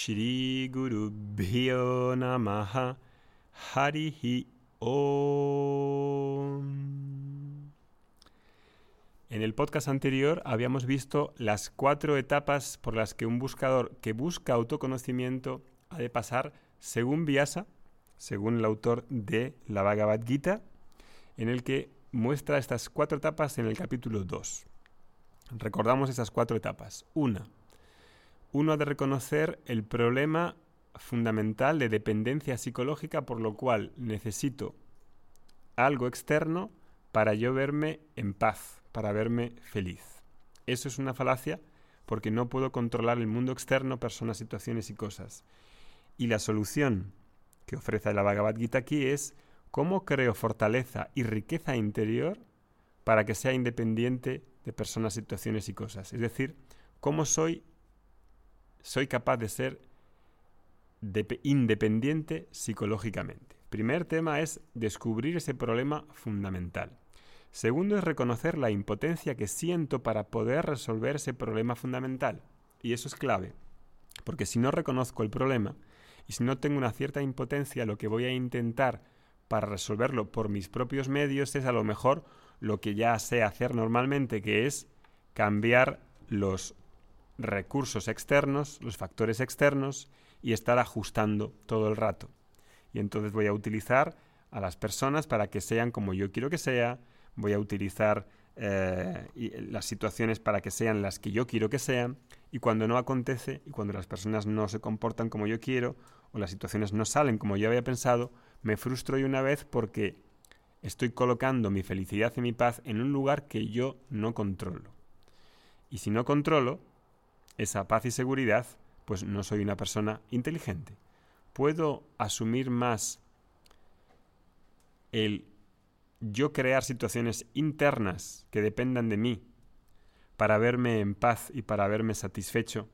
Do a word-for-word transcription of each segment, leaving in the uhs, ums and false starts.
Shri Gurubhyo Namaha Harihi Om. En el podcast anterior habíamos visto las cuatro etapas por las que un buscador que busca autoconocimiento ha de pasar según Vyasa, según el autor de la Bhagavad Gita, en el que muestra estas cuatro etapas en el capítulo dos. Recordamos esas cuatro etapas. Una, uno ha de reconocer el problema fundamental de dependencia psicológica, por lo cual necesito algo externo para yo verme en paz, para verme feliz. Eso es una falacia porque no puedo controlar el mundo externo, personas, situaciones y cosas. Y la solución que ofrece la Bhagavad Gita aquí es cómo creo fortaleza y riqueza interior para que sea independiente de personas, situaciones y cosas. Es decir, cómo soy, soy capaz de ser de, independiente psicológicamente. Primer tema es descubrir ese problema fundamental. Segundo es reconocer la impotencia que siento para poder resolver ese problema fundamental. Y eso es clave, porque si no reconozco el problema y si no tengo una cierta impotencia, lo que voy a intentar para resolverlo por mis propios medios es a lo mejor lo que ya sé hacer normalmente, que es cambiar los recursos externos, los factores externos y estar ajustando todo el rato. Y entonces voy a utilizar a las personas para que sean como yo quiero que sea, voy a utilizar eh, las situaciones para que sean las que yo quiero que sean, y cuando no acontece y cuando las personas no se comportan como yo quiero o las situaciones no salen como yo había pensado, me frustro de una vez porque estoy colocando mi felicidad y mi paz en un lugar que yo no controlo. Y si no controlo esa paz y seguridad, pues no soy una persona inteligente. Puedo asumir más el yo crear situaciones internas que dependan de mí para verme en paz y para verme satisfecho,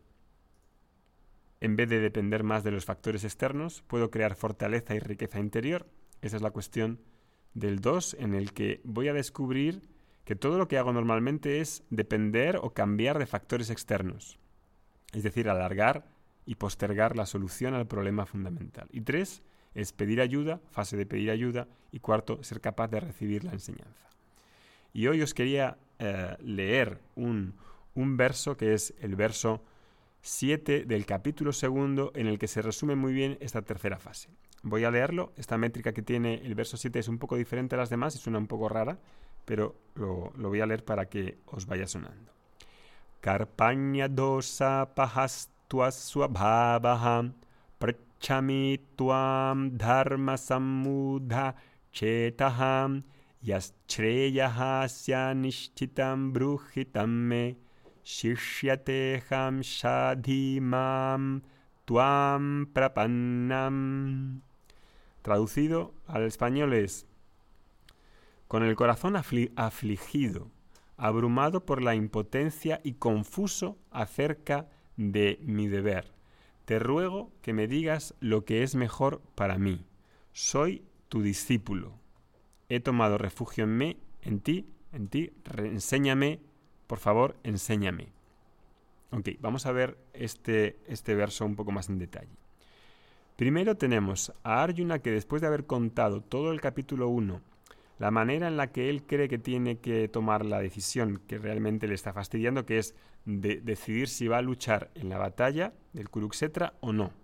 en vez de depender más de los factores externos. Puedo crear fortaleza y riqueza interior. Esa es la cuestión del dos, en el que voy a descubrir que todo lo que hago normalmente es depender o cambiar de factores externos. Es decir, alargar y postergar la solución al problema fundamental. Y tres, es pedir ayuda, fase de pedir ayuda. Y cuarto, ser capaz de recibir la enseñanza. Y hoy os quería eh, leer un, un verso que es el verso siete del capítulo segundo, en el que se resume muy bien esta tercera fase. Voy a leerlo. Esta métrica que tiene el verso siete es un poco diferente a las demás y suena un poco rara, pero lo, lo voy a leer para que os vaya sonando. Karpaña dosa pahastua swabhavaha prachami tuam dharma samudha chetaham yaschreyaha syanishtitam bruhitam me shishyateham shadhimam tuam prapannam. Traducido al español es: con el corazón afli- afligido, abrumado por la impotencia y confuso acerca de mi deber, te ruego que me digas lo que es mejor para mí. Soy tu discípulo. He tomado refugio en mí, en ti, en ti. Re- enséñame, por favor, enséñame. Ok, vamos a ver este, este verso un poco más en detalle. Primero tenemos a Arjuna, que después de haber contado todo el capítulo uno, la manera en la que él cree que tiene que tomar la decisión que realmente le está fastidiando, que es de decidir si va a luchar en la batalla del Kurukshetra o no.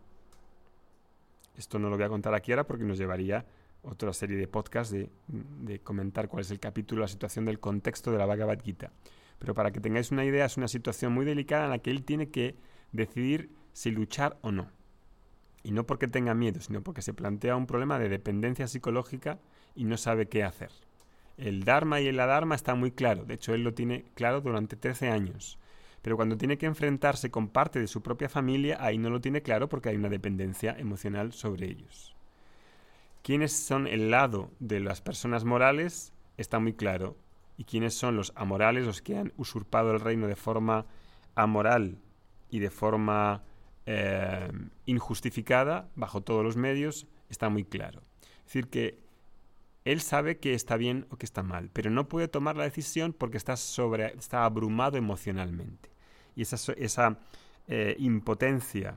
Esto no lo voy a contar aquí ahora porque nos llevaría otra serie de podcasts de, de comentar cuál es el capítulo, la situación del contexto de la Bhagavad Gita. Pero para que tengáis una idea, es una situación muy delicada en la que él tiene que decidir si luchar o no. Y no porque tenga miedo, sino porque se plantea un problema de dependencia psicológica y no sabe qué hacer. El Dharma y el Adharma está muy claro. De hecho, él lo tiene claro durante trece años. Pero cuando tiene que enfrentarse con parte de su propia familia, ahí no lo tiene claro porque hay una dependencia emocional sobre ellos. ¿Quiénes son el lado de las personas morales? Está muy claro. ¿Y quiénes son los amorales, los que han usurpado el reino de forma amoral y de forma eh, injustificada, bajo todos los medios? Está muy claro. Es decir, que él sabe que está bien o que está mal, pero no puede tomar la decisión porque está, sobre, está abrumado emocionalmente. Y esa, esa eh, impotencia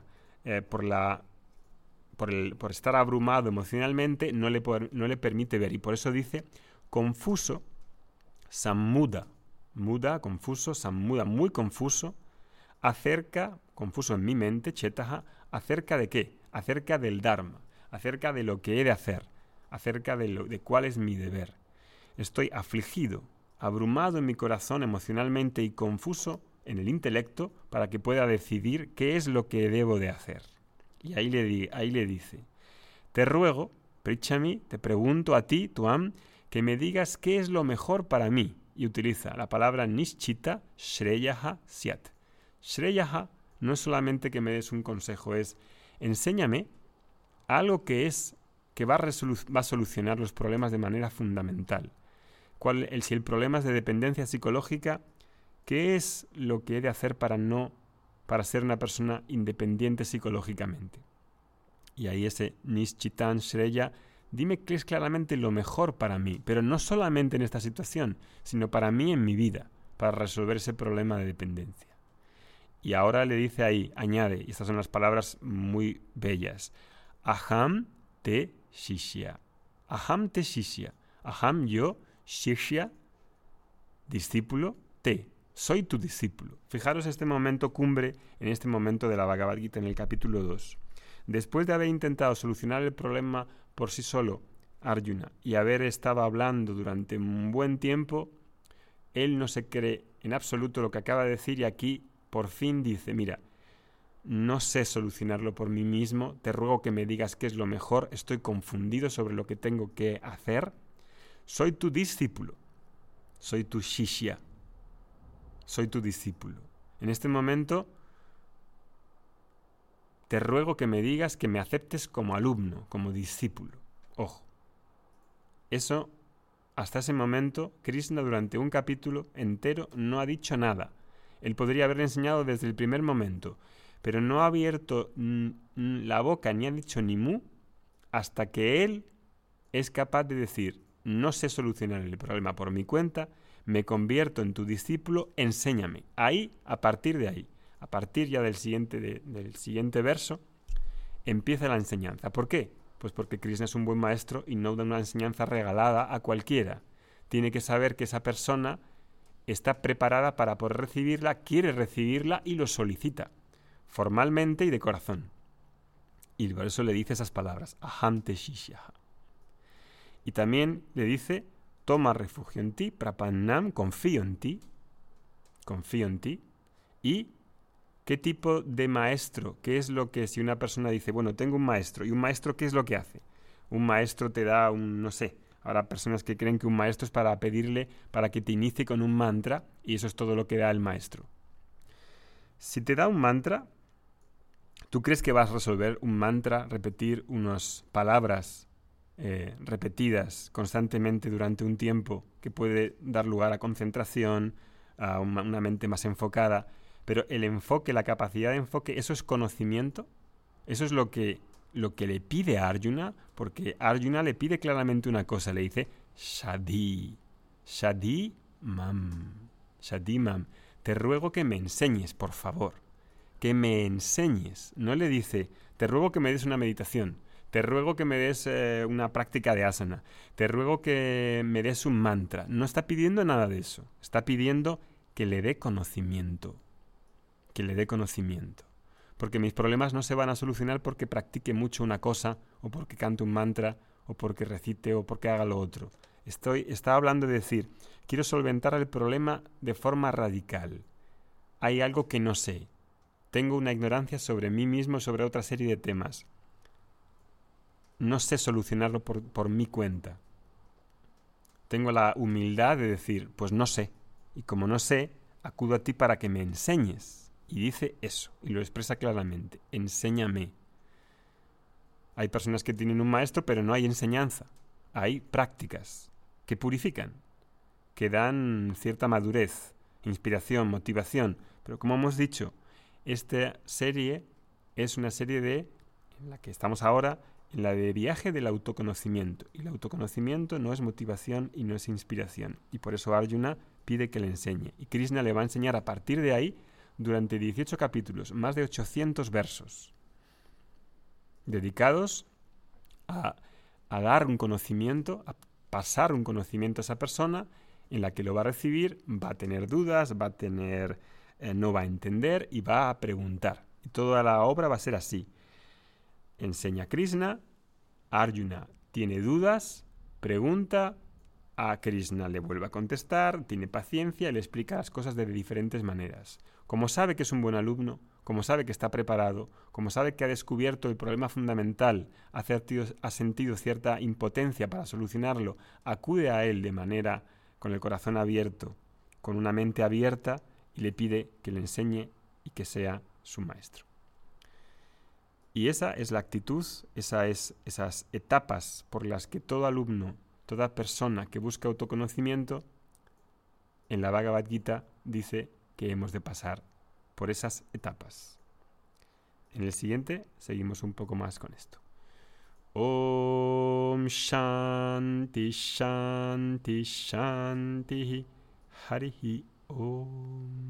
eh, por la por, el, por estar abrumado emocionalmente, no le, no le permite ver. Y por eso dice, confuso, sammuda, muda, confuso, sammuda, muy confuso, acerca, confuso en mi mente, chetaha, acerca de qué, acerca del dharma, acerca de lo que he de hacer, acerca de, lo, de cuál es mi deber. Estoy afligido, abrumado en mi corazón emocionalmente y confuso en el intelecto para que pueda decidir qué es lo que debo de hacer. Y ahí le, di, ahí le dice, te ruego, Prichami, te pregunto a ti, Tuam, que me digas qué es lo mejor para mí. Y utiliza la palabra Nishchita, Shreyaha Syat. Shreyaha no es solamente que me des un consejo, es enséñame algo que es que va a, resolu- va a solucionar los problemas de manera fundamental. ¿Cuál, el, si el problema es de dependencia psicológica, ¿qué es lo que he de hacer para no, para ser una persona independiente psicológicamente? Y ahí ese Nishchitan Shreya, dime qué es claramente lo mejor para mí, pero no solamente en esta situación, sino para mí en mi vida, para resolver ese problema de dependencia. Y ahora le dice ahí, añade, y estas son las palabras muy bellas, Aham te shishya. Aham te shishya. Aham yo, shishya, discípulo, te. Soy tu discípulo. Fijaros este momento cumbre en este momento de la Bhagavad Gita en el capítulo dos. Después de haber intentado solucionar el problema por sí solo, Arjuna, y haber estado hablando durante un buen tiempo, él no se cree en absoluto lo que acaba de decir y aquí por fin dice, mira, no sé solucionarlo por mí mismo, te ruego que me digas qué es lo mejor, estoy confundido sobre lo que tengo que hacer, soy tu discípulo, soy tu shishya, soy tu discípulo. En este momento te ruego que me digas que me aceptes como alumno, como discípulo. Ojo, eso, hasta ese momento, Krishna durante un capítulo entero no ha dicho nada. Él podría haberle enseñado desde el primer momento, pero no ha abierto mm, la boca ni ha dicho ni mu hasta que él es capaz de decir, no sé solucionar el problema por mi cuenta, me convierto en tu discípulo, enséñame. Ahí, a partir de ahí, a partir ya del siguiente, de, del siguiente verso, empieza la enseñanza. ¿Por qué? Pues porque Krishna es un buen maestro y no da una enseñanza regalada a cualquiera. Tiene que saber que esa persona está preparada para poder recibirla, quiere recibirla y lo solicita, formalmente y de corazón. Y por eso le dice esas palabras, aham te shishyaha. Y también le dice, toma refugio en ti, prapannam, confío en ti, confío en ti. Y ¿qué tipo de maestro? ¿Qué es lo que si una persona dice, bueno, tengo un maestro, y un maestro qué es lo que hace? Un maestro te da un, no sé, habrá personas que creen que un maestro es para pedirle, para que te inicie con un mantra, y eso es todo lo que da el maestro. Si te da un mantra, ¿tú crees que vas a resolver un mantra, repetir unas palabras eh, repetidas constantemente durante un tiempo que puede dar lugar a concentración, a una, una mente más enfocada? Pero el enfoque, la capacidad de enfoque, ¿eso es conocimiento? Eso es lo que, lo que le pide a Arjuna, porque Arjuna le pide claramente una cosa, le dice, Shadi, Shadi mam, Shadi mam, te ruego que me enseñes, por favor, que me enseñes. No le dice, te ruego que me des una meditación, te ruego que me des eh, una práctica de asana, te ruego que me des un mantra. No está pidiendo nada de eso, está pidiendo que le dé conocimiento. que le dé conocimiento. Porque mis problemas no se van a solucionar porque practique mucho una cosa, o porque cante un mantra, o porque recite, o porque haga lo otro. Estoy, está hablando de decir, quiero solventar el problema de forma radical. Hay algo que no sé. Tengo una ignorancia sobre mí mismo, sobre otra serie de temas. No sé solucionarlo por, por mi cuenta. Tengo la humildad de decir, pues no sé. Y como no sé, acudo a ti para que me enseñes. Y dice eso, y lo expresa claramente, enséñame. Hay personas que tienen un maestro, pero no hay enseñanza. Hay prácticas que purifican, que dan cierta madurez, inspiración, motivación. Pero como hemos dicho, esta serie es una serie de, en la que estamos ahora, en la de viaje del autoconocimiento. Y el autoconocimiento no es motivación y no es inspiración. Y por eso Arjuna pide que le enseñe. Y Krishna le va a enseñar a partir de ahí durante dieciocho capítulos, más de ochocientos versos. dedicados a, a dar un conocimiento, a pasar un conocimiento a esa persona en la que lo va a recibir, va a tener dudas, va a tener, eh, no va a entender y va a preguntar. Y toda la obra va a ser así. Enseña Krishna, Arjuna tiene dudas, pregunta, a Krishna le vuelve a contestar, tiene paciencia y le explica las cosas de diferentes maneras. Como sabe que es un buen alumno, como sabe que está preparado, como sabe que ha descubierto el problema fundamental, ha sentido, ha sentido cierta impotencia para solucionarlo, acude a él de manera con el corazón abierto, con una mente abierta y le pide que le enseñe y que sea su maestro. Y esa es la actitud, esa es, esas etapas por las que todo alumno, toda persona que busca autoconocimiento, en la Bhagavad Gita dice que hemos de pasar por esas etapas. En el siguiente seguimos un poco más con esto. Om Shanti Shanti Shanti Harihi Om.